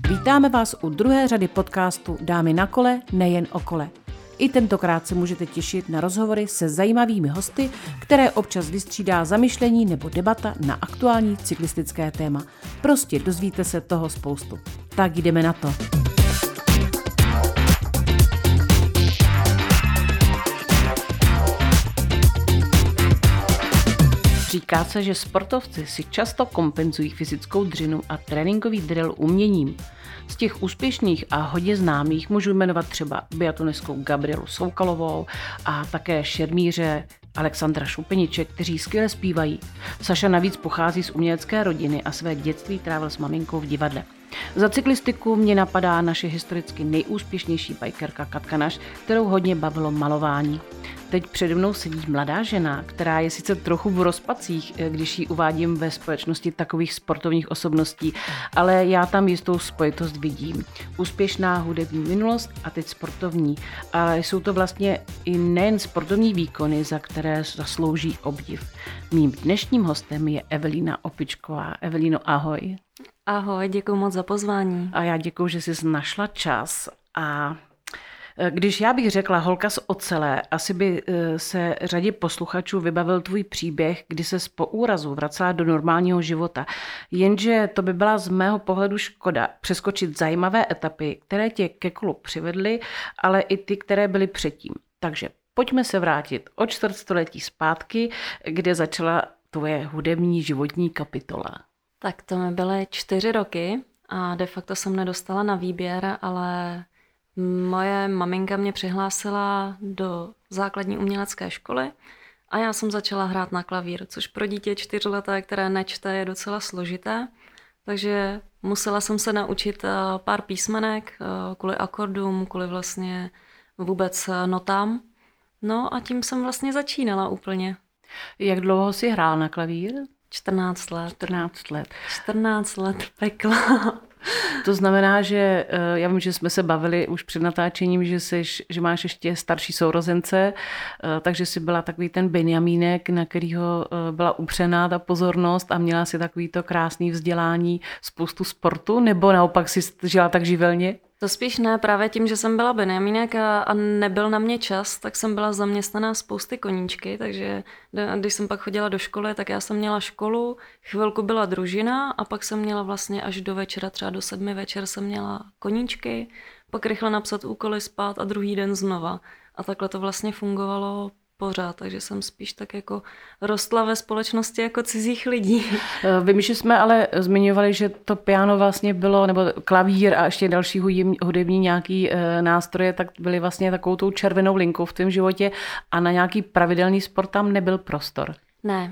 Vítáme vás u druhé řady podcastu Dámy na kole, nejen o kole. I tentokrát se můžete těšit na rozhovory se zajímavými hosty, které občas vystřídá zamyšlení nebo debata na aktuální cyklistické téma. Prostě dozvíte se toho spoustu. Tak jdeme na to. Říká se, že sportovci si často kompenzují fyzickou dřinu a tréninkový drill uměním. Z těch úspěšných a hodně známých můžu jmenovat třeba biatlonistku Gabrielu Soukalovou a také šermíře Alexandra Šupeniče, kteří skvěle zpívají. Saša navíc pochází z umělecké rodiny a své dětství trávil s maminkou v divadle. Za cyklistiku mě napadá naše historicky nejúspěšnější bajkerka Katka Naš, kterou hodně bavilo malování. Teď přede mnou sedí mladá žena, která je sice trochu v rozpacích, když ji uvádím ve společnosti takových sportovních osobností, ale já tam jistou spojitost vidím. Úspěšná hudební minulost a teď sportovní. Ale jsou to vlastně i nejen sportovní výkony, za které zaslouží obdiv. Mým dnešním hostem je Evelína Opičková. Evelíno, ahoj. Ahoj, děkuji moc za pozvání. A já děkuji, že jsi našla čas. A když já bych řekla holka z ocele, asi by se řadě posluchačů vybavil tvůj příběh, kdy ses po úrazu vracela do normálního života. Jenže to by byla z mého pohledu škoda přeskočit zajímavé etapy, které tě ke kolu přivedly, ale i ty, které byly předtím. Takže pojďme se vrátit o čtvrtstoletí zpátky, kde začala tvoje hudební životní kapitola. Tak to mi byly 4 roky a de facto jsem nedostala na výběr, ale moje maminka mě přihlásila do základní umělecké školy a já jsem začala hrát na klavír, což pro dítě 4leté, které nečte, je docela složité. Takže musela jsem se naučit pár písmenek kvůli akordům, kvůli vlastně vůbec notám. No a tím jsem vlastně začínala úplně. Jak dlouho jsi hrál na klavír? 14 let. 14 let. 14 let pekla. To znamená, že já vím, že jsme se bavili už před natáčením, že máš ještě starší sourozence, takže jsi byla takový ten Benjamínek, na kterýho byla upřená ta pozornost a měla si takový to krásný vzdělání, spoustu sportu, nebo naopak jsi žila tak živelně? To spíš ne, právě tím, že jsem byla Benjamínek a nebyl na mě čas, tak jsem byla zaměstnaná spousty koníčky, takže když jsem pak chodila do školy, tak já jsem měla školu, chvilku byla družina a pak jsem měla vlastně až do večera, třeba do 7 večer jsem měla koníčky, pak rychle napsat úkoly, spát a druhý den znova. A takhle to vlastně fungovalo pořád, takže jsem spíš tak jako rostla ve společnosti jako cizích lidí. Vím, že jsme ale zmiňovali, že to piano vlastně bylo, nebo klavír a ještě další hudební nějaký nástroje, tak byly vlastně takovou tou červenou linkou v tvém životě a na nějaký pravidelný sport tam nebyl prostor. Ne,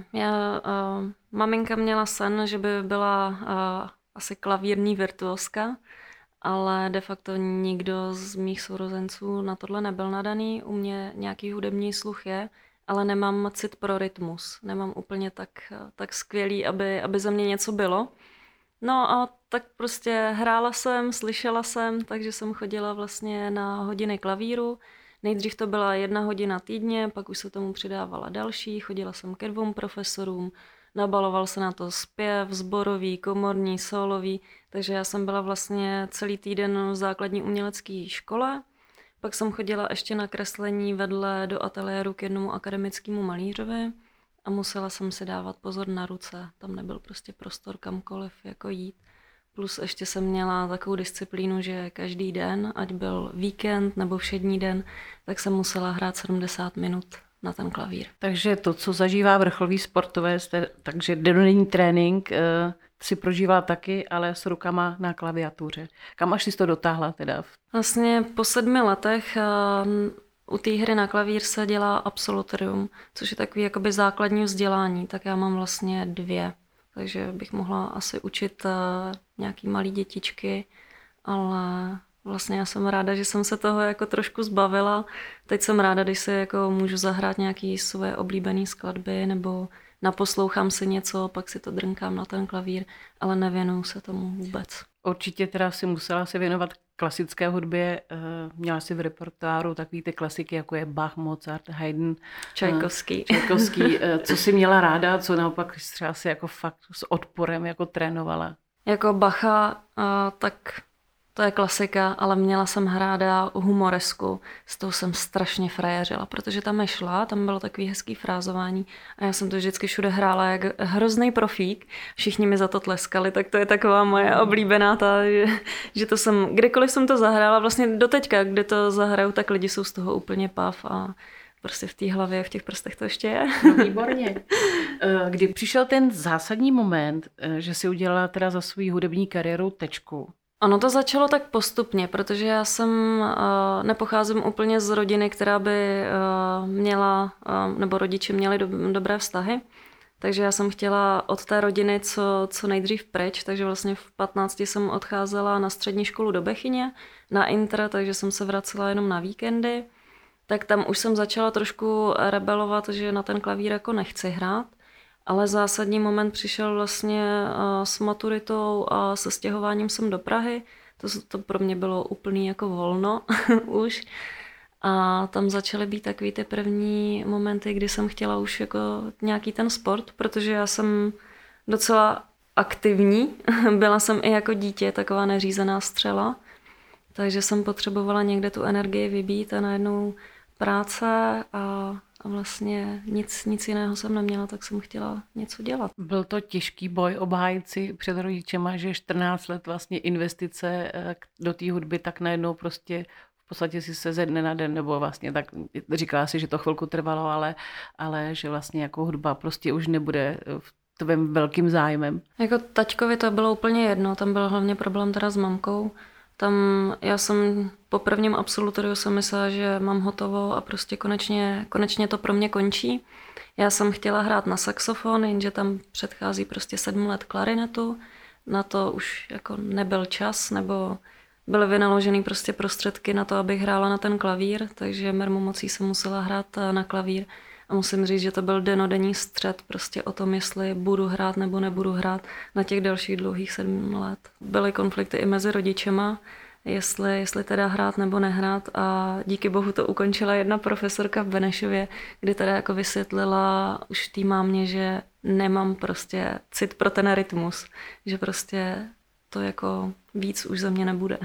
maminka měla sen, že by byla asi klavírní virtuózka, ale de facto nikdo z mých sourozenců na tohle nebyl nadaný. U mě nějaký hudební sluch je, ale nemám cit pro rytmus. Nemám úplně tak skvělý, aby za mě něco bylo. No a tak prostě hrála jsem, slyšela jsem, takže jsem chodila vlastně na hodiny klavíru. Nejdřív to byla 1 hodina týdně, pak už se tomu přidávala další. Chodila jsem ke 2 profesorům. Nabaloval se na to zpěv, sborový, komorní, sólový, takže já jsem byla vlastně celý týden v základní umělecké škole. Pak jsem chodila ještě na kreslení vedle do ateliéru k jednomu akademickému malířovi a musela jsem si dávat pozor na ruce. Tam nebyl prostě prostor kamkoliv jako jít. Plus ještě jsem měla takovou disciplínu, že každý den, ať byl víkend nebo všední den, tak jsem musela hrát 70 minut na ten klavír. Takže to, co zažívá vrcholový sportovec, takže dennodenní trénink si prožívala taky, ale s rukama na klaviatuře. Kam až jsi to dotáhla teda? Vlastně po 7 letech u té hry na klavír se dělá absolutorium, což je takový jakoby základní vzdělání, tak já mám vlastně 2. Takže bych mohla asi učit nějaký malý dětičky, ale vlastně já jsem ráda, že jsem se toho jako trošku zbavila. Teď jsem ráda, když si jako můžu zahrát nějaké své oblíbené skladby nebo naposlouchám si něco, pak si to drnkám na ten klavír, ale nevěnuju se tomu vůbec. Určitě teda si musela se věnovat klasické hudbě. Měla si v repertoáru takový ty klasiky, jako je Bach, Mozart, Haydn, Čajkovský. Co jsi měla ráda, co naopak třeba si jako fakt s odporem jako trénovala? Jako Bacha, tak To je klasika, ale měla jsem ráda humoresku, s tou jsem strašně frajeřila, protože tam je šla, tam bylo takový hezký frázování a já jsem to vždycky všude hrála jak hrozný profík, všichni mi za to tleskali, tak to je taková moje oblíbená že to jsem, kdekoliv jsem to zahrála, vlastně doteďka, kde to zahraju, tak lidi jsou z toho úplně pav a prostě v té hlavě, v těch prstech to ještě je. No, výborně. Kdy přišel ten zásadní moment, že si udělala teda za svou hudební kariéru tečku? Ono to začalo tak postupně, protože já jsem nepocházím úplně z rodiny, která by měla, nebo rodiče měli dobré vztahy, takže já jsem chtěla od té rodiny co nejdřív pryč, takže vlastně v 15 jsem odcházela na střední školu do Bechyně, na Inter, takže jsem se vracela jenom na víkendy. Tak tam už jsem začala trošku rebelovat, že na ten klavír jako nechci hrát, ale zásadní moment přišel vlastně s maturitou a se stěhováním sem do Prahy. To pro mě bylo úplný jako volno už. A tam začaly být takový ty první momenty, kdy jsem chtěla už jako nějaký ten sport, protože já jsem docela aktivní. Byla jsem i jako dítě taková neřízená střela, takže jsem potřebovala někde tu energii vybít a najednou práce a vlastně nic jiného jsem neměla, tak jsem chtěla něco dělat. Byl to těžký boj obhájit si před rodičema, že 14 let vlastně investice do té hudby, tak najednou prostě v podstatě si se ze dne na den, nebo vlastně tak říkala si, že to chvilku trvalo, ale že vlastně jako hudba prostě už nebude v tvém velkým zájmem. Jako taťkovi to bylo úplně jedno, tam byl hlavně problém teda s mamkou. Tam já jsem po prvním absolutoriu jsem myslela, že mám hotovo a prostě konečně to pro mě končí. Já jsem chtěla hrát na saxofon, jenže tam předchází prostě 7 let klarinetu. Na to už jako nebyl čas, nebo byly vynaložený prostě prostředky na to, abych hrála na ten klavír, takže mermomocí jsem musela hrát na klavír. A musím říct, že to byl dennodenní střet prostě o tom, jestli budu hrát nebo nebudu hrát na těch dalších dlouhých 7 let. Byly konflikty i mezi rodičema, jestli teda hrát nebo nehrát a díky bohu to ukončila jedna profesorka v Benešově, kdy teda jako vysvětlila už té mámě, že nemám prostě cit pro ten rytmus, že prostě to jako víc už ze mě nebude.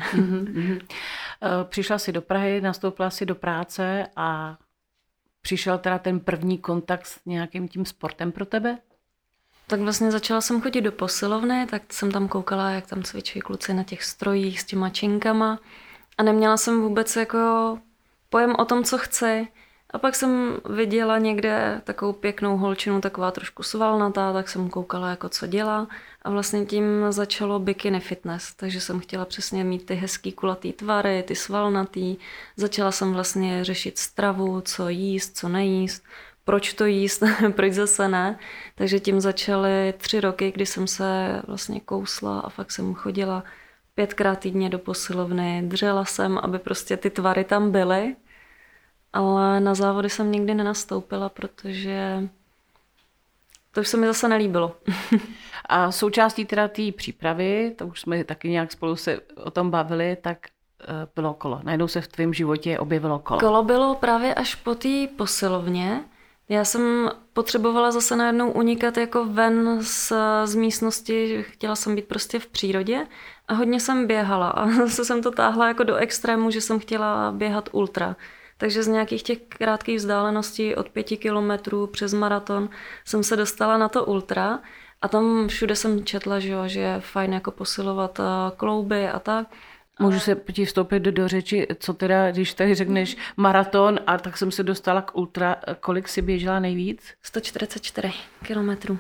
Přišla si do Prahy, nastoupila si do práce a přišel teda ten první kontakt s nějakým tím sportem pro tebe? Tak vlastně začala jsem chodit do posilovny, tak jsem tam koukala, jak tam cvičí kluci na těch strojích s těma činkama a neměla jsem vůbec jako pojem o tom, co chci. A pak jsem viděla někde takovou pěknou holčinu, taková trošku svalnatá, tak jsem koukala, jako co dělá. A vlastně tím začalo bikini fitness, takže jsem chtěla přesně mít ty hezký kulatý tvary, ty svalnatý. Začala jsem vlastně řešit stravu, co jíst, co nejíst, proč to jíst, proč zase ne. Takže tím začaly 3 roky, kdy jsem se vlastně kousla a fakt jsem chodila 5krát týdně do posilovny, dřela jsem, aby prostě ty tvary tam byly. Ale na závody jsem nikdy nenastoupila, protože to už se mi zase nelíbilo. A součástí teda té přípravy, to už jsme taky nějak spolu se o tom bavili, tak bylo kolo. Najednou se v tvém životě objevilo kolo. Kolo bylo právě až po té posilovně. Já jsem potřebovala zase najednou unikat jako ven z místnosti, chtěla jsem být prostě v přírodě a hodně jsem běhala a zase jsem to táhla jako do extrému, že jsem chtěla běhat ultra. Takže z nějakých těch krátkých vzdáleností od 5 kilometrů přes maraton jsem se dostala na to ultra a tam všude jsem četla, že je fajn jako posilovat klouby a tak. Můžu se ti vstoupit do řeči, co teda, když tady řekneš maraton a tak jsem se dostala k ultra, kolik si běžela nejvíc? 144 kilometrů.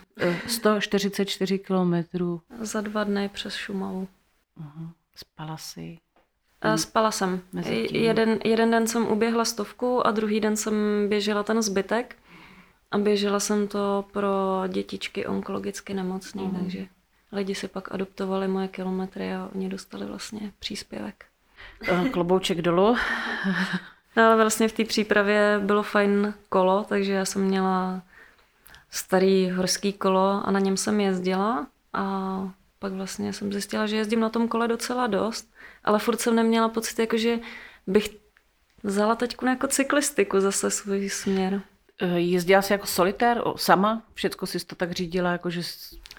144 kilometrů. Za 2 dny přes Šumavu. Spala si? Spala jsem. Jeden den jsem uběhla 100 a druhý den jsem běžela ten zbytek a běžela jsem to pro dětičky onkologicky nemocný, takže lidi si pak adoptovali moje kilometry a oni dostali vlastně příspěvek. Klobouček dolů. No, ale vlastně v té přípravě bylo fajn kolo, takže já jsem měla starý horský kolo a na něm jsem jezdila a pak vlastně jsem zjistila, že jezdím na tom kole docela dost, ale furt jsem neměla pocit, jako že bych vzala teďku jako cyklistiku zase svůj směr. Jezdila jsi jako solitér sama? Všecko jsi to tak řídila? Jako že...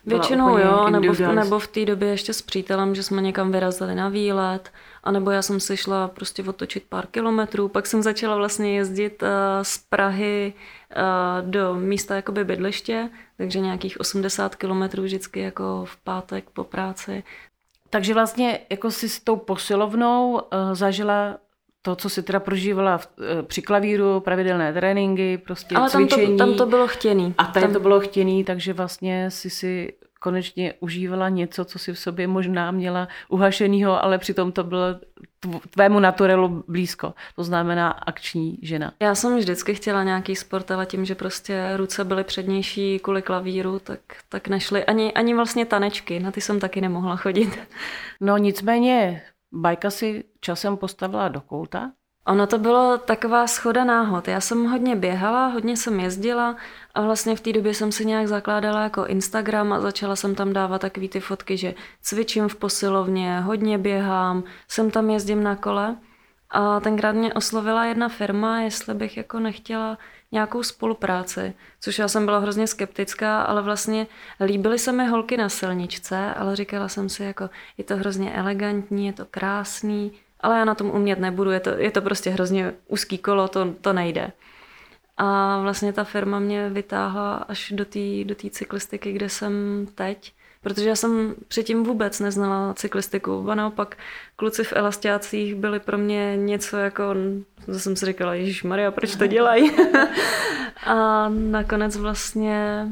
Většinou jo, nebo v té době ještě s přítelem, že jsme někam vyrazili na výlet, anebo já jsem si šla prostě otočit pár kilometrů, pak jsem začala vlastně jezdit z Prahy do místa jakoby bydliště, takže nějakých 80 kilometrů vždycky jako v pátek po práci. Takže vlastně jako si s tou posilovnou zažila to, co si teda prožívala při klavíru, pravidelné tréninky, prostě ale cvičení. Tam to bylo chtěný. A tady to bylo chtěný, takže vlastně si konečně užívala něco, co si v sobě možná měla uhašenýho, ale přitom to bylo tvému naturelu blízko. To znamená akční žena. Já jsem vždycky chtěla nějaký sport, ale tím, že prostě ruce byly přednější kvůli klavíru, tak nešly ani vlastně tanečky. Na ty jsem taky nemohla chodit. No nicméně bajka si časem postavila do kouta. Ono to bylo taková shoda náhod. Já jsem hodně běhala, hodně jsem jezdila a vlastně v té době jsem si nějak zakládala jako Instagram a začala jsem tam dávat takový ty fotky, že cvičím v posilovně, hodně běhám, sem tam jezdím na kole. A tenkrát mě oslovila jedna firma, jestli bych jako nechtěla nějakou spolupráci, což já jsem byla hrozně skeptická, ale vlastně líbily se mi holky na silničce, ale říkala jsem si jako, je to hrozně elegantní, je to krásný, ale já na tom umět nebudu, je to prostě hrozně úzký kolo, to nejde. A vlastně ta firma mě vytáhla až do té cyklistiky, kde jsem teď, protože já jsem předtím vůbec neznala cyklistiku. A naopak kluci v elastiácích byli pro mě něco jako, to jsem si říkala, ježišmarja, proč to dělají? A nakonec vlastně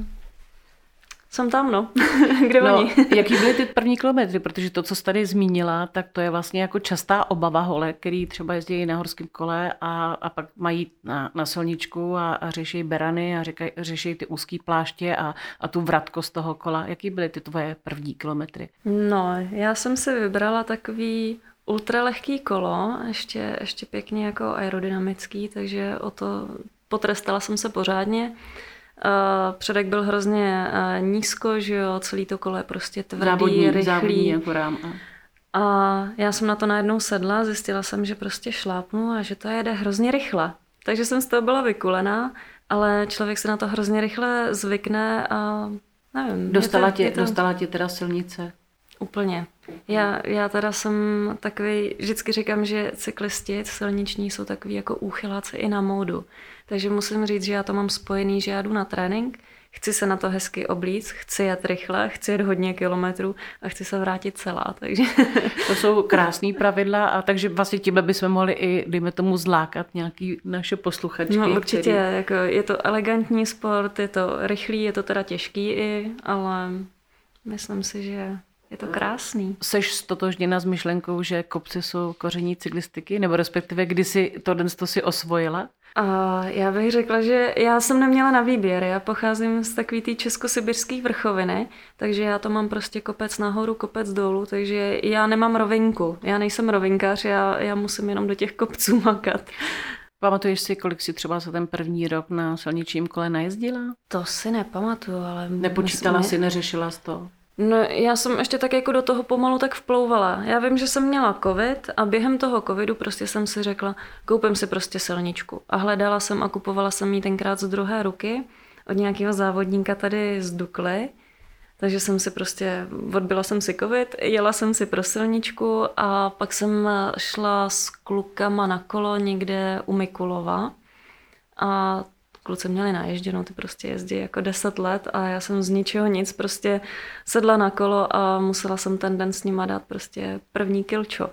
jsem tam, no. Kde oni? Jaký byly ty první kilometry? Protože to, co jsi tady zmínila, tak to je vlastně jako častá obava holek, který třeba jezdí na horském kole a pak mají na silničku a řeší berany a řeší ty úzký pláště a tu vratkost toho kola. Jaký byly ty tvoje první kilometry? No, já jsem si vybrala takový ultralehký kolo, ještě pěkně jako aerodynamický, takže o to potrestala jsem se pořádně. Předek byl hrozně nízko, že jo, celý to kolo je prostě tvrdý, rychlý. Jako rám. A já jsem na to najednou sedla, zjistila jsem, že prostě šlápnu a že to jede hrozně rychle. Takže jsem z toho byla vykulená, ale člověk se na to hrozně rychle zvykne a nevím. Dostala tě teda silnice? Úplně. Já teda jsem takový, vždycky říkám, že cyklisti silniční jsou takový jako úchyláci i na módu. Takže musím říct, že já to mám spojený, že já jdu na trénink, chci se na to hezky oblíct, chci jet rychle, chci jet hodně kilometrů a chci se vrátit celá. Takže... To jsou krásný pravidla a takže vlastně tímhle bychom mohli i, dejme tomu, zlákat nějaký naše posluchačky. No určitě, jako je to elegantní sport, je to rychlý, je to teda těžký i, ale myslím si, že je to krásný. Seš stotožněna s myšlenkou, že kopci jsou koření cyklistiky, nebo respektive kdy si to si osvojila? A já bych řekla, že já jsem neměla na výběr. Já pocházím z takový té českosibirské vrchoviny, takže já to mám prostě kopec nahoru, kopec dolů, takže já nemám rovinku. Já nejsem rovinkář, já musím jenom do těch kopců makat. Pamatuješ si, kolik si třeba za ten první rok na silničním kole najezdila? To si nepamatuju, ale... Nepočítala si, neřešila jsi to? No, já jsem ještě tak jako do toho pomalu tak vplouvala. Já vím, že jsem měla covid a během toho covidu prostě jsem si řekla, koupím si prostě silničku. A hledala jsem a kupovala jsem ji tenkrát z druhé ruky od nějakého závodníka tady z Dukly. Takže jsem si prostě, odbyla jsem si covid, jela jsem si pro silničku a pak jsem šla s klukama na kolo někde u Mikulova a kluci měli naježděnou, ty prostě jezdí jako 10 let a já jsem z ničeho nic prostě sedla na kolo a musela jsem ten den s nima dát prostě první kilčo.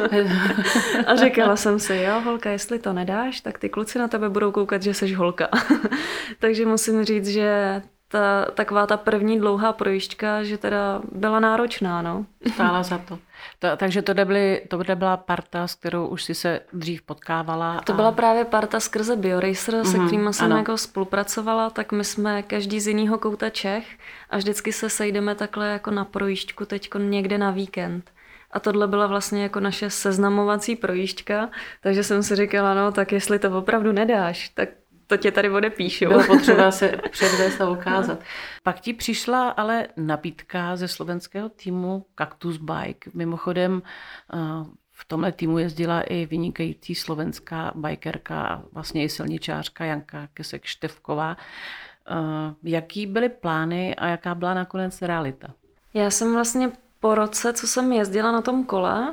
A říkala jsem si, jo holka, jestli to nedáš, tak ty kluci na tebe budou koukat, že jsi holka. Takže musím říct, že taková ta první dlouhá projížďka, že teda byla náročná, no. Stála za to. Takže to byla parta, s kterou už si se dřív potkávala. To byla právě parta skrze BioRacer, se kterýma jsem jako spolupracovala, tak my jsme každý z jiného kouta Čech a vždycky se sejdeme takhle jako na projížďku teďko někde na víkend. A tohle byla vlastně jako naše seznamovací projížďka, takže jsem si říkala, no tak jestli to opravdu nedáš, tak to tě tady odepíšu. Bylo potřeba se předvést a ukázat. Pak ti přišla ale nabídka ze slovenského týmu Cactus Bike. Mimochodem v tomhle týmu jezdila i vynikající slovenská bikerka, vlastně i silničářka Janka Kesek-Števková. Jaký byly plány a jaká byla nakonec realita? Já jsem vlastně po roce, co jsem jezdila na tom kole,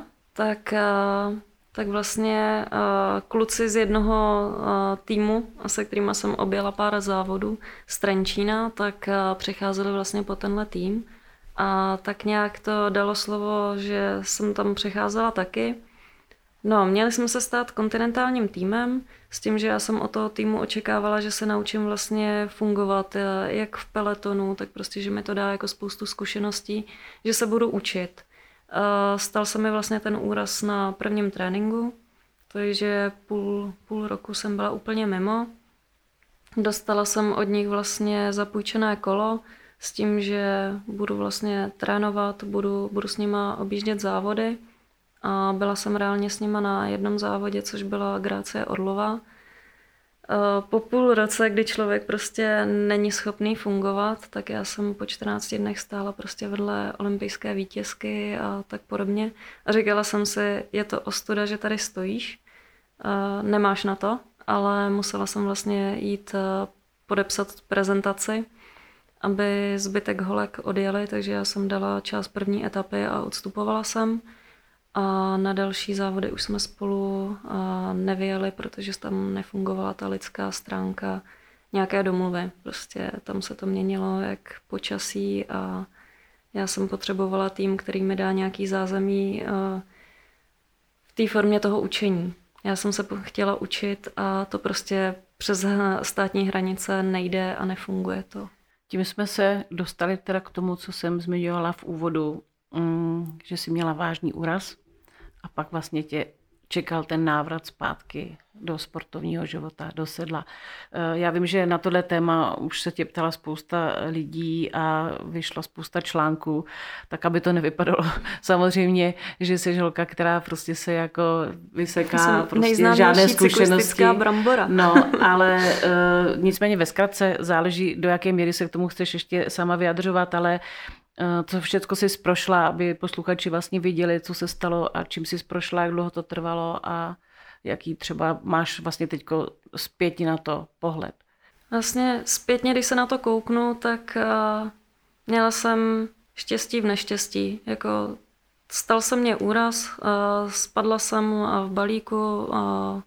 tak vlastně kluci z jednoho týmu, se kterýma jsem objela pár závodů z Trenčína, tak přecházeli vlastně po tenhle tým. A tak nějak to dalo slovo, že jsem tam přecházela taky. No, měli jsme se stát kontinentálním týmem s tím, že já jsem od toho týmu očekávala, že se naučím vlastně fungovat jak v pelotonu, tak prostě, že mi to dá jako spoustu zkušeností, že se budu učit. Stal se mi vlastně ten úraz na prvním tréninku, takže půl roku jsem byla úplně mimo. Dostala jsem od nich vlastně zapůjčené kolo s tím, že budu vlastně trénovat, budu s nima objíždět závody. A byla jsem reálně s nima na jednom závodě, což byla Grácie Orlová. Po půl roce, kdy člověk prostě není schopný fungovat, tak já jsem po 14 dnech stála prostě vedle olympijské vítězky a tak podobně. A říkala jsem si, je to ostuda, že tady stojíš, nemáš na to, ale musela jsem vlastně jít podepsat prezentaci, aby zbytek holek odjeli, takže já jsem dala část první etapy a odstupovala jsem. A na další závody už jsme spolu nevyjeli, protože tam nefungovala ta lidská stránka, nějaké domluvy. Prostě tam se to měnilo jak počasí a já jsem potřebovala tým, který mi dá nějaký zázemí v té formě toho učení. Já jsem se chtěla učit a to prostě přes státní hranice nejde a nefunguje to. Tím jsme se dostali teda k tomu, co jsem zmiňovala v úvodu, že jsi měla vážný úraz. A pak vlastně tě čekal ten návrat zpátky do sportovního života, do sedla. Já vím, že na tohle téma už se tě ptala spousta lidí a vyšla spousta článků, tak aby to nevypadalo samozřejmě, že jsi holka, která prostě se jako vyseká prostě žádné zkušenosti. Brambora. No, ale nicméně ve zkratce záleží, do jaké míry se k tomu chceš ještě sama vyjadřovat, ale co všechno jsi prošla, aby posluchači vlastně viděli, co se stalo a čím jsi prošla, jak dlouho to trvalo a jaký třeba máš vlastně teďko zpětně na to pohled. Vlastně zpětně, když se na to kouknu, tak měla jsem štěstí v neštěstí. Jako stal se mně úraz, spadla jsem v balíku a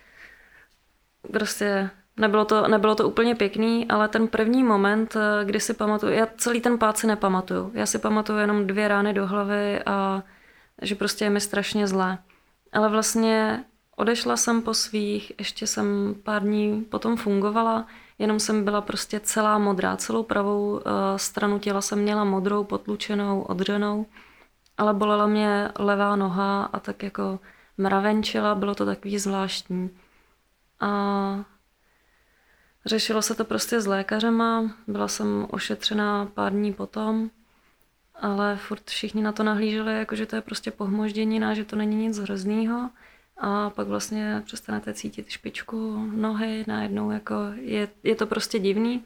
prostě nebylo to úplně pěkný, ale ten první moment, kdy si pamatuju, já celý ten pád si nepamatuju. Já si pamatuju jenom 2 rány do hlavy a že prostě je mi strašně zlé. Ale vlastně odešla jsem po svých, ještě jsem pár dní potom fungovala, jenom jsem byla prostě celá modrá, celou pravou stranu těla jsem měla modrou, potlučenou, odřenou, ale bolela mě levá noha a tak jako mravenčila, bylo to takový zvláštní. A řešilo se to prostě s lékařema, byla jsem ošetřená pár dní potom, ale furt všichni na to nahlíželi, jako že to je prostě pohmožděnina, že to není nic hroznýho. A pak vlastně přestanete cítit špičku nohy, najednou jako je to prostě divný.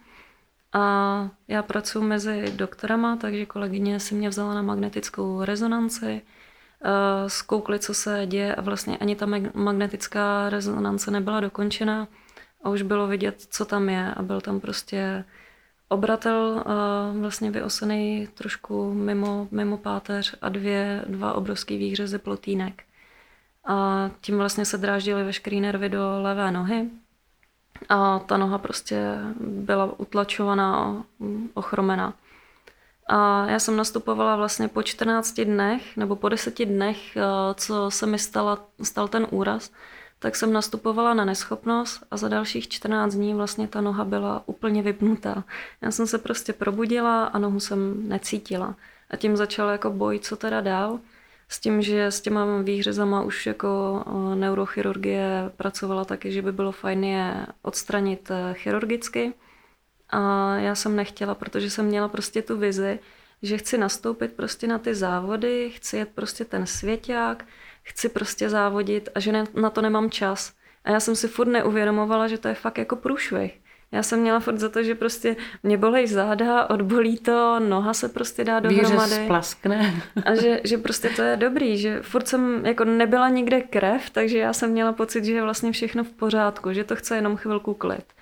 A já pracuji mezi doktorama, takže kolegyně si mě vzala na magnetickou rezonanci, zkoukli, co se děje a vlastně ani ta magnetická rezonance nebyla dokončena. A už bylo vidět, co tam je a byl tam prostě obratel vlastně vyosený trošku mimo páteř a dva obrovský výhřezy plotínek. A tím vlastně se dráždily veškerý nervy do levé nohy a ta noha prostě byla utlačovaná, ochromená. A já jsem nastupovala vlastně po 14 dnech nebo po 10 dnech, co se mi stal ten úraz, tak jsem nastupovala na neschopnost a za dalších 14 dní vlastně ta noha byla úplně vypnutá. Já jsem se prostě probudila a nohu jsem necítila. A tím začal jako boj, co teda dál. S tím, že s těma výhřezama už jako neurochirurgie pracovala taky, že by bylo fajn je odstranit chirurgicky. A já jsem nechtěla, protože jsem měla prostě tu vizi, že chci nastoupit prostě na ty závody, chci jet prostě ten svěťák, chci prostě závodit a že na to nemám čas. A já jsem si furt neuvědomovala, že to je fakt jako průšvih. Já jsem měla furt za to, že prostě mě bolej záda, odbolí to, noha se prostě dá dohromady. Výřez splaskne. A že prostě to je dobrý, že furt jsem jako nebyla nikde krev, takže já jsem měla pocit, že je vlastně všechno v pořádku, že to chce jenom chvilku klid.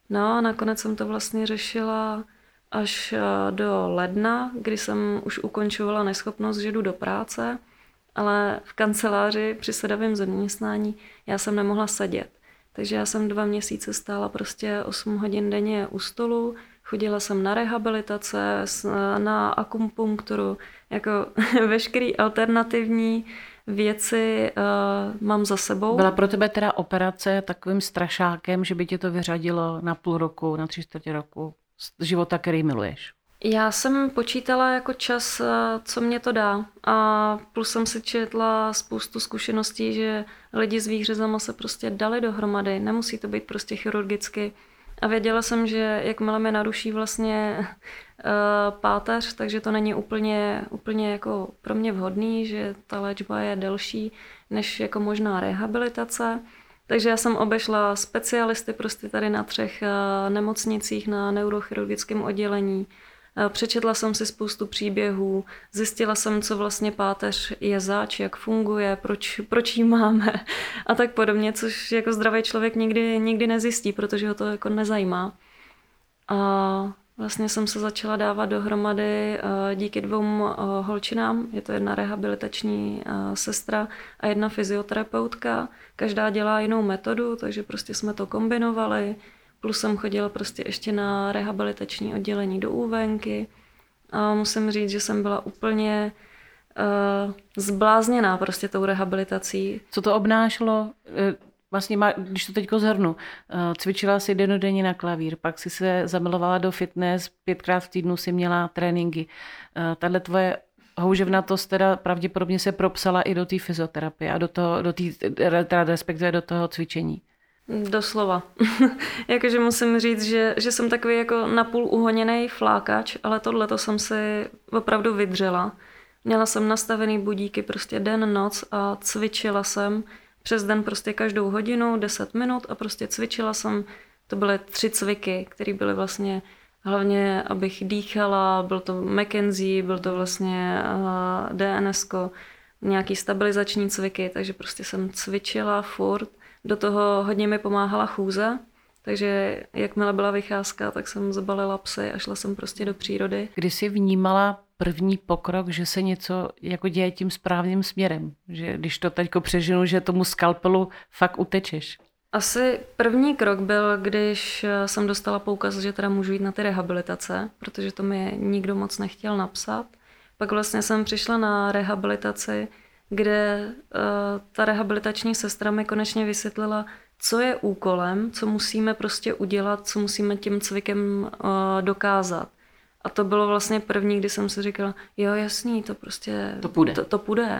No a nakonec jsem to vlastně řešila až do ledna, kdy jsem už ukončovala neschopnost, že jdu do práce, ale v kanceláři při sedavém zaměstnání já jsem nemohla sedět. Takže já jsem 2 měsíce stála prostě 8 hodin denně u stolu, chodila jsem na rehabilitace, na akupunkturu, jako veškerý alternativní věci mám za sebou. Byla pro tebe teda operace takovým strašákem, že by tě to vyřadilo na půl roku, na 3/4 roku z života, který miluješ? Já jsem počítala jako čas, co mě to dá. A plus jsem si četla spoustu zkušeností, že lidi s výhřezama se prostě dali dohromady. Nemusí to být prostě chirurgicky. A věděla jsem, že jakmile mi naruší vlastně páteř, takže to není úplně jako pro mě vhodný, že ta léčba je delší než jako možná rehabilitace. Takže já jsem obešla specialisty prostě tady na 3 nemocnicích na neurochirurgickém oddělení. Přečetla jsem si spoustu příběhů, zjistila jsem, co vlastně páteř je zač, jak funguje, proč ji máme a tak podobně, což jako zdravý člověk nikdy nezjistí, protože ho to jako nezajímá. A vlastně jsem se začala dávat dohromady díky 2 holčinám. Je to jedna rehabilitační sestra a jedna fyzioterapeutka. Každá dělá jinou metodu, takže prostě jsme to kombinovali. Plus jsem chodila prostě ještě na rehabilitační oddělení do ÚVNky. A musím říct, že jsem byla úplně zblázněná prostě tou rehabilitací. Co to obnášelo? Vlastně, když to teďko shrnu, cvičila si dennodenně na klavír, pak si se zamilovala do fitness, 5krát v týdnu si měla tréninky. Tahle tvoje houževnatost teda pravděpodobně se propsala i do té fyzioterapie a respektive do toho cvičení. Doslova. Jakože musím říct, že jsem takový jako napůl uhoněný flákač, ale tohleto jsem si opravdu vydřela. Měla jsem nastavený budíky prostě den, noc a cvičila jsem přes den prostě každou hodinu, 10 minut a prostě cvičila jsem. To byly 3 cviky, které byly vlastně hlavně, abych dýchala, byl to McKenzie, byl to vlastně DNS-ko, nějaký stabilizační cviky, takže prostě jsem cvičila furt. Do toho hodně mi pomáhala chůze, takže jakmile byla vycházka, tak jsem zabalila psy a šla jsem prostě do přírody. Kdy jsi vnímala první pokrok, že se něco jako děje tím správným směrem? Že když to teďko přeženu, že tomu skalpelu fakt utečeš? Asi první krok byl, když jsem dostala poukaz, že teda můžu jít na ty rehabilitace, protože to mi nikdo moc nechtěl napsat. Pak vlastně jsem přišla na rehabilitaci, kde ta rehabilitační sestra mi konečně vysvětlila, co je úkolem, co musíme prostě udělat, co musíme tím cvikem dokázat. A to bylo vlastně první, kdy jsem si říkala, jo jasný, to prostě... To půjde.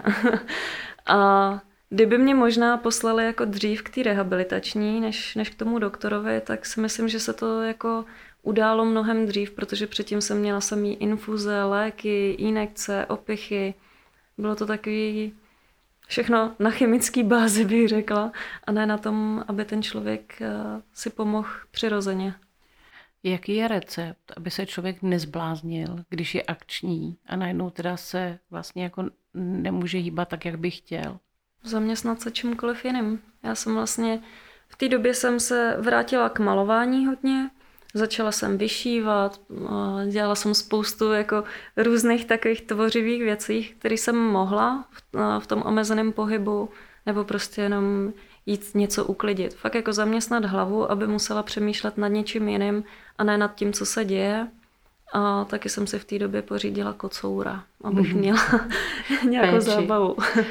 A kdyby mě možná poslali jako dřív k té rehabilitační, než k tomu doktorovi, tak si myslím, že se to jako událo mnohem dřív, protože předtím jsem měla samý infuze, léky, injekce, opichy. Bylo to takový všechno na chemické bázi, bych řekla, a ne na tom, aby ten člověk si pomohl přirozeně. Jaký je recept, aby se člověk nezbláznil, když je akční a najednou teda se vlastně jako nemůže hýbat tak, jak by chtěl? Zaměstnat se čímkoliv jiným. Já jsem vlastně v té době jsem se vrátila k malování hodně, začala jsem vyšívat, dělala jsem spoustu jako různých takových tvořivých věcí, které jsem mohla v tom omezeném pohybu, nebo prostě jenom jít něco uklidit. Fakt jako zaměstnat hlavu, aby musela přemýšlet nad něčím jiným a ne nad tím, co se děje. A taky jsem si v té době pořídila kocoura, abych měla nějakou zábavu.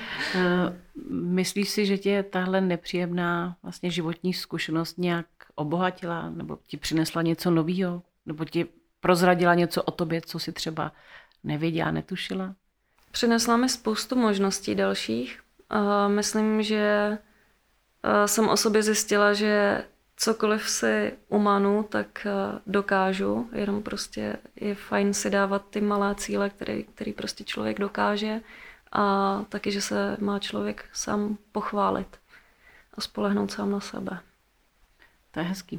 Myslíš si, že tě tahle nepříjemná vlastně životní zkušenost nějak obohatila, nebo ti přinesla něco nového, nebo ti prozradila něco o tobě, co si třeba nevěděla, netušila? Přinesla mi spoustu možností dalších. Myslím, že jsem o sobě zjistila, že cokoliv si umanu, tak dokážu, jenom prostě je fajn si dávat ty malé cíle, který prostě člověk dokáže, a taky, že se má člověk sám pochválit a spolehnout sám na sebe. To je hezký.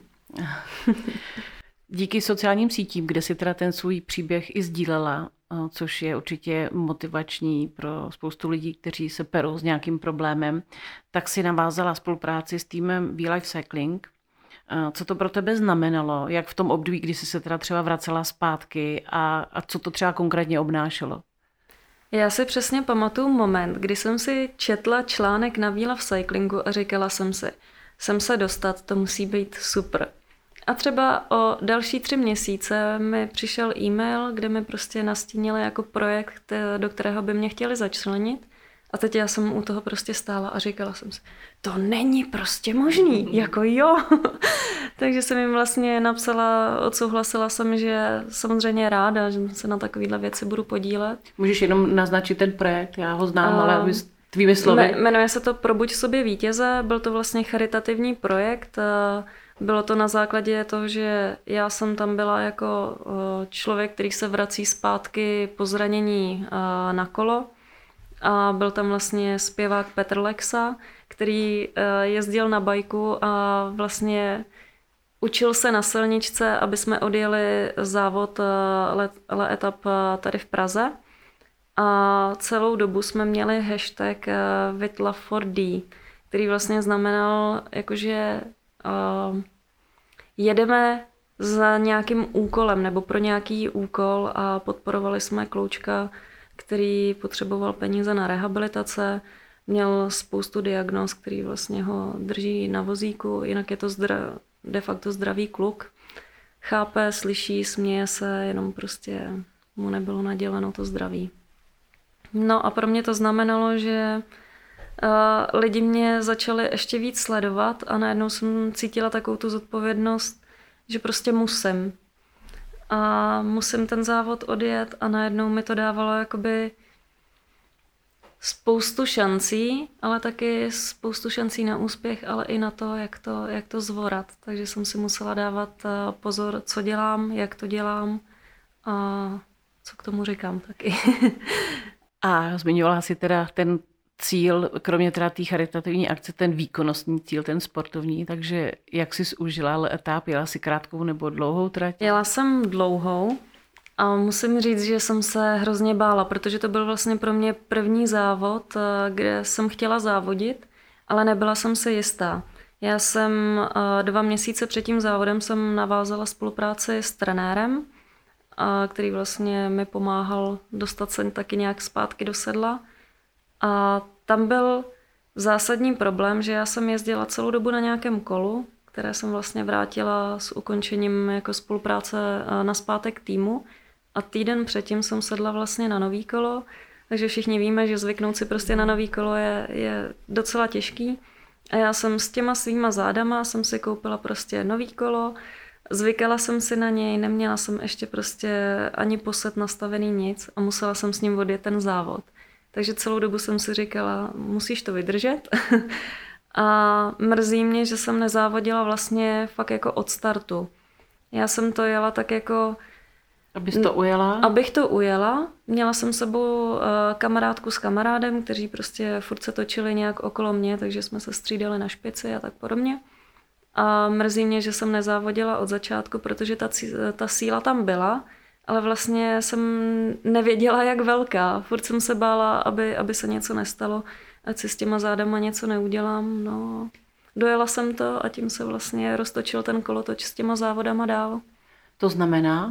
Díky sociálním sítím, kde si teda ten svůj příběh i sdílela, což je určitě motivační pro spoustu lidí, kteří se perou s nějakým problémem, tak si navázala spolupráci s týmem V-Life Cycling Co to pro tebe znamenalo? Jak v tom období, kdy jsi se teda třeba vracela zpátky a co to třeba konkrétně obnášelo? Já si přesně pamatuju moment, kdy jsem si četla článek na Wheel of Cyclingu a říkala jsem si, sem se dostat, to musí být super. A třeba o další 3 měsíce mi přišel e-mail, kde mi prostě nastínili jako projekt, do kterého by mě chtěli začlenit. A teď já jsem u toho prostě stála a říkala jsem si, to není prostě možný, jako jo. Takže jsem jim vlastně napsala, odsouhlasila jsem, že samozřejmě ráda, že se na takovéhle věci budu podílet. Můžeš jenom naznačit ten projekt, já ho znám, ale tvými slovy. Jmenuje se to Probuď v sobě vítěze, byl to vlastně charitativní projekt. Bylo to na základě toho, že já jsem tam byla jako člověk, který se vrací zpátky po zranění na kolo. A byl tam vlastně zpěvák Petr Lexa, který jezdil na bajku a vlastně učil se na silničce, aby jsme odjeli závod Le Etap tady v Praze. A celou dobu jsme měli hashtag With Love for D, který vlastně znamenal, jakože jedeme za nějakým úkolem nebo pro nějaký úkol a podporovali jsme kloučka, který potřeboval peníze na rehabilitace, měl spoustu diagnóz, který vlastně ho drží na vozíku, jinak je to de facto zdravý kluk. Chápe, slyší, směje se, jenom prostě mu nebylo naděleno to zdraví. No a pro mě to znamenalo, že lidi mě začali ještě víc sledovat a najednou jsem cítila takovou tu zodpovědnost, že prostě musím. A musím ten závod odjet a najednou mi to dávalo jakoby spoustu šancí, ale taky spoustu šancí na úspěch, ale i na to, jak to zvorat. Takže jsem si musela dávat pozor, co dělám, jak to dělám a co k tomu říkám taky. A zmiňovala si teda ten cíl, kromě teda té charitativní akce, ten výkonnostní cíl, ten sportovní, takže jak jsi užila etap, jela si krátkou nebo dlouhou trať? Jela jsem dlouhou a musím říct, že jsem se hrozně bála, protože to byl vlastně pro mě první závod, kde jsem chtěla závodit, ale nebyla jsem si jistá. Já jsem 2 měsíce před tím závodem jsem navázala spolupráci s trenérem, který vlastně mi pomáhal dostat se taky nějak zpátky do sedla. A tam byl zásadní problém, že já jsem jezdila celou dobu na nějakém kolu, které jsem vlastně vrátila s ukončením jako spolupráce nazpátek týmu. A týden předtím jsem sedla vlastně na nový kolo, takže všichni víme, že zvyknout si prostě na nový kolo je docela těžký. A já jsem s těma svýma zádama jsem si koupila prostě nový kolo, zvykala jsem si na něj, neměla jsem ještě prostě ani posed nastavený nic a musela jsem s ním odjet ten závod. Takže celou dobu jsem si říkala, musíš to vydržet. A mrzí mě, že jsem nezávodila vlastně fakt jako od startu. Já jsem to jela tak jako... Abys to ujela? Abych to ujela. Měla jsem s sebou kamarádku s kamarádem, kteří prostě furt se točili nějak okolo mě, takže jsme se střídali na špici a tak podobně. A mrzí mě, že jsem nezávodila od začátku, protože ta síla tam byla, ale vlastně jsem nevěděla, jak velká. Furt jsem se bála, aby se něco nestalo, ať si s těma zádama něco neudělám. No, dojela jsem to a tím se vlastně roztočil ten kolotoč s těma závodama dál. To znamená?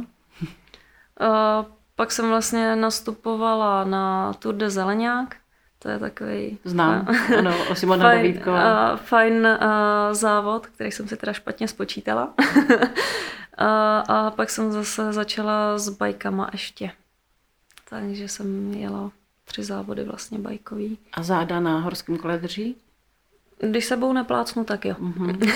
Pak jsem vlastně nastupovala na Tour de Zeleňák. To je takový... Znám, ano, Simona Davídková. Fajn závod, který jsem si teda špatně spočítala. A pak jsem zase začala s bajkama ještě. Takže jsem jela 3 závody vlastně bajkový. A záda na horském kole drží? Když sebou neplácnu, tak jo. Mm-hmm.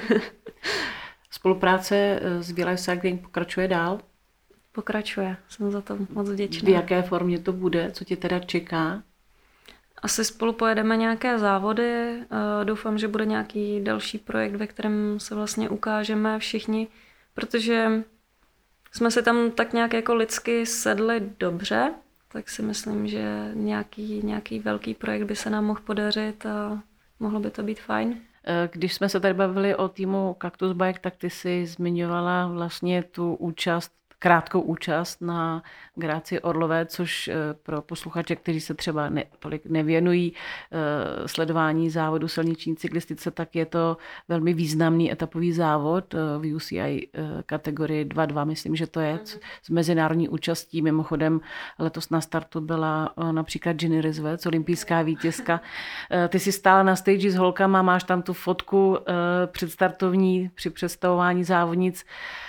Spolupráce s Wheel of Cycling pokračuje dál? Pokračuje, jsem za to moc vděčná. V jaké formě to bude? Co ti teda čeká? Asi spolu pojedeme nějaké závody. Doufám, že bude nějaký další projekt, ve kterém se vlastně ukážeme všichni, protože jsme si tam tak nějak jako lidsky sedli dobře, tak si myslím, že nějaký velký projekt by se nám mohl podařit a mohlo by to být fajn. Když jsme se tady bavili o týmu Cactus Bike, tak ty si zmiňovala vlastně tu účast krátkou účast na Grácii Orlové, což pro posluchače, kteří se třeba tolik nevěnují sledování závodu silniční cyklistice, tak je to velmi významný etapový závod v UCI kategorii 2.2, myslím, že to je s mezinárodní účastí. Mimochodem letos na startu byla například Ginny Rizvec, olympijská vítězka. Ty jsi stála na stage s holkama, máš tam tu fotku předstartovní při představování závodnic.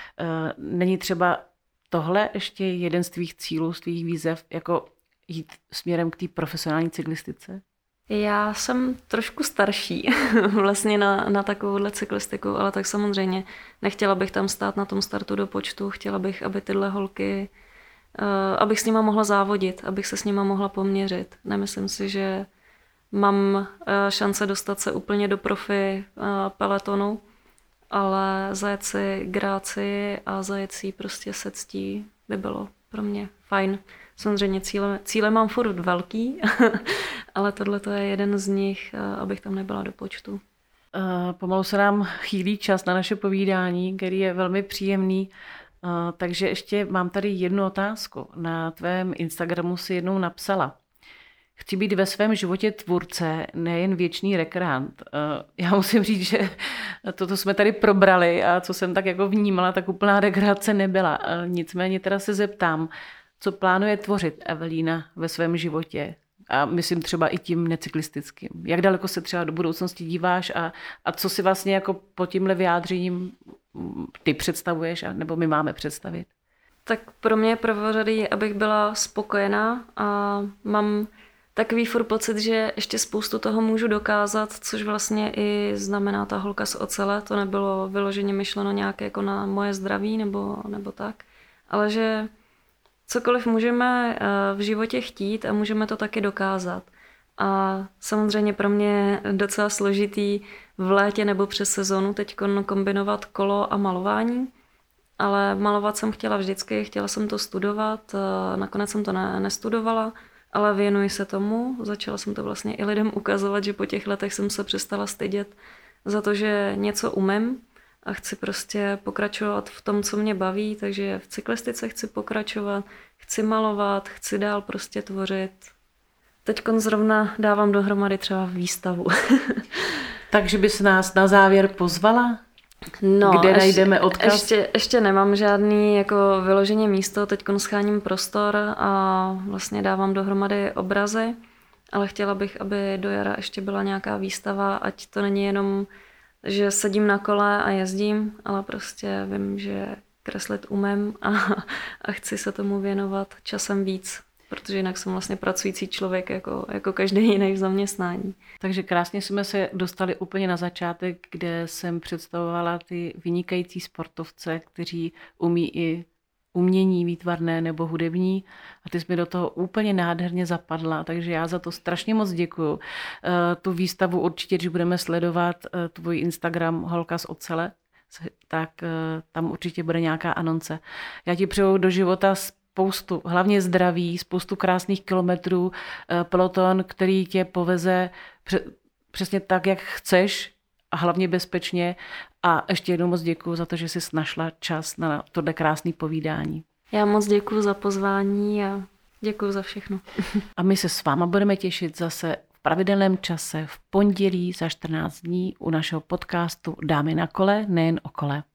Není třeba tohle ještě jeden z tvých cílů, z tvých výzev, jako jít směrem k té profesionální cyklistice? Já jsem trošku starší vlastně na takovouhle cyklistiku, ale tak samozřejmě nechtěla bych tam stát na tom startu do počtu, chtěla bych, aby tyhle holky, abych s nima mohla závodit, abych se s nima mohla poměřit. Nemyslím si, že mám šance dostat se úplně do profi pelotonu, ale zajet si Grácii a zajet si prostě se ctí by bylo pro mě fajn. Samozřejmě cíle mám furt velký, ale tohle to je jeden z nich, abych tam nebyla do počtu. Pomalu se nám chýlí čas na naše povídání, který je velmi příjemný, takže ještě mám tady jednu otázku. Na tvém Instagramu si jednou napsala: chci být ve svém životě tvůrce, nejen věčný rekreant. Já musím říct, že toto jsme tady probrali a co jsem tak jako vnímala, tak úplná rekreace nebyla. Nicméně teda se zeptám, co plánuje tvořit Evelína ve svém životě? A myslím třeba i tím necyklistickým. Jak daleko se třeba do budoucnosti díváš a co si vlastně jako pod tímhle vyjádřením ty představuješ, nebo my máme představit? Tak pro mě prvořadý je, abych byla spokojená a mám takový furt pocit, že ještě spoustu toho můžu dokázat, což vlastně i znamená ta holka z ocele. To nebylo vyloženě myšleno nějak jako na moje zdraví nebo tak, ale že cokoliv můžeme v životě chtít a můžeme to taky dokázat. A samozřejmě pro mě je docela složitý v létě nebo přes sezonu teď kombinovat kolo a malování, ale malovat jsem chtěla vždycky, chtěla jsem to studovat, nakonec jsem to nestudovala, ale věnuji se tomu. Začala jsem to vlastně i lidem ukazovat, že po těch letech jsem se přestala stydět za to, že něco umím a chci prostě pokračovat v tom, co mě baví, takže v cyklistice chci pokračovat, chci malovat, chci dál prostě tvořit. Teďkon zrovna dávám dohromady třeba výstavu. Takže bys nás na závěr pozvala? No, kde najdeme odkaz? Ještě nemám žádný jako vyloženě místo, teďkon scháním prostor a vlastně dávám dohromady obrazy, ale chtěla bych, aby do jara ještě byla nějaká výstava, ať to není jenom, že sedím na kole a jezdím, ale prostě vím, že kreslit umím a chci se tomu věnovat časem víc, protože jinak jsem vlastně pracující člověk jako každý jiný v zaměstnání. Takže krásně jsme se dostali úplně na začátek, kde jsem představovala ty vynikající sportovce, kteří umí i umění výtvarné nebo hudební a ty jsi mi do toho úplně nádherně zapadla, takže já za to strašně moc děkuju. Tu výstavu určitě, když budeme sledovat tvůj Instagram Holka z ocele, tak tam určitě bude nějaká anonce. Já ti přeju do života spoustu, hlavně zdraví, spoustu krásných kilometrů, peloton, který tě poveze přesně tak, jak chceš a hlavně bezpečně. A ještě jednou moc děkuju za to, že jsi našla čas na tohle krásné povídání. Já moc děkuju za pozvání a děkuju za všechno. A my se s váma budeme těšit zase v pravidelném čase v pondělí za 14 dní u našeho podcastu Dámy na kole, nejen o kole.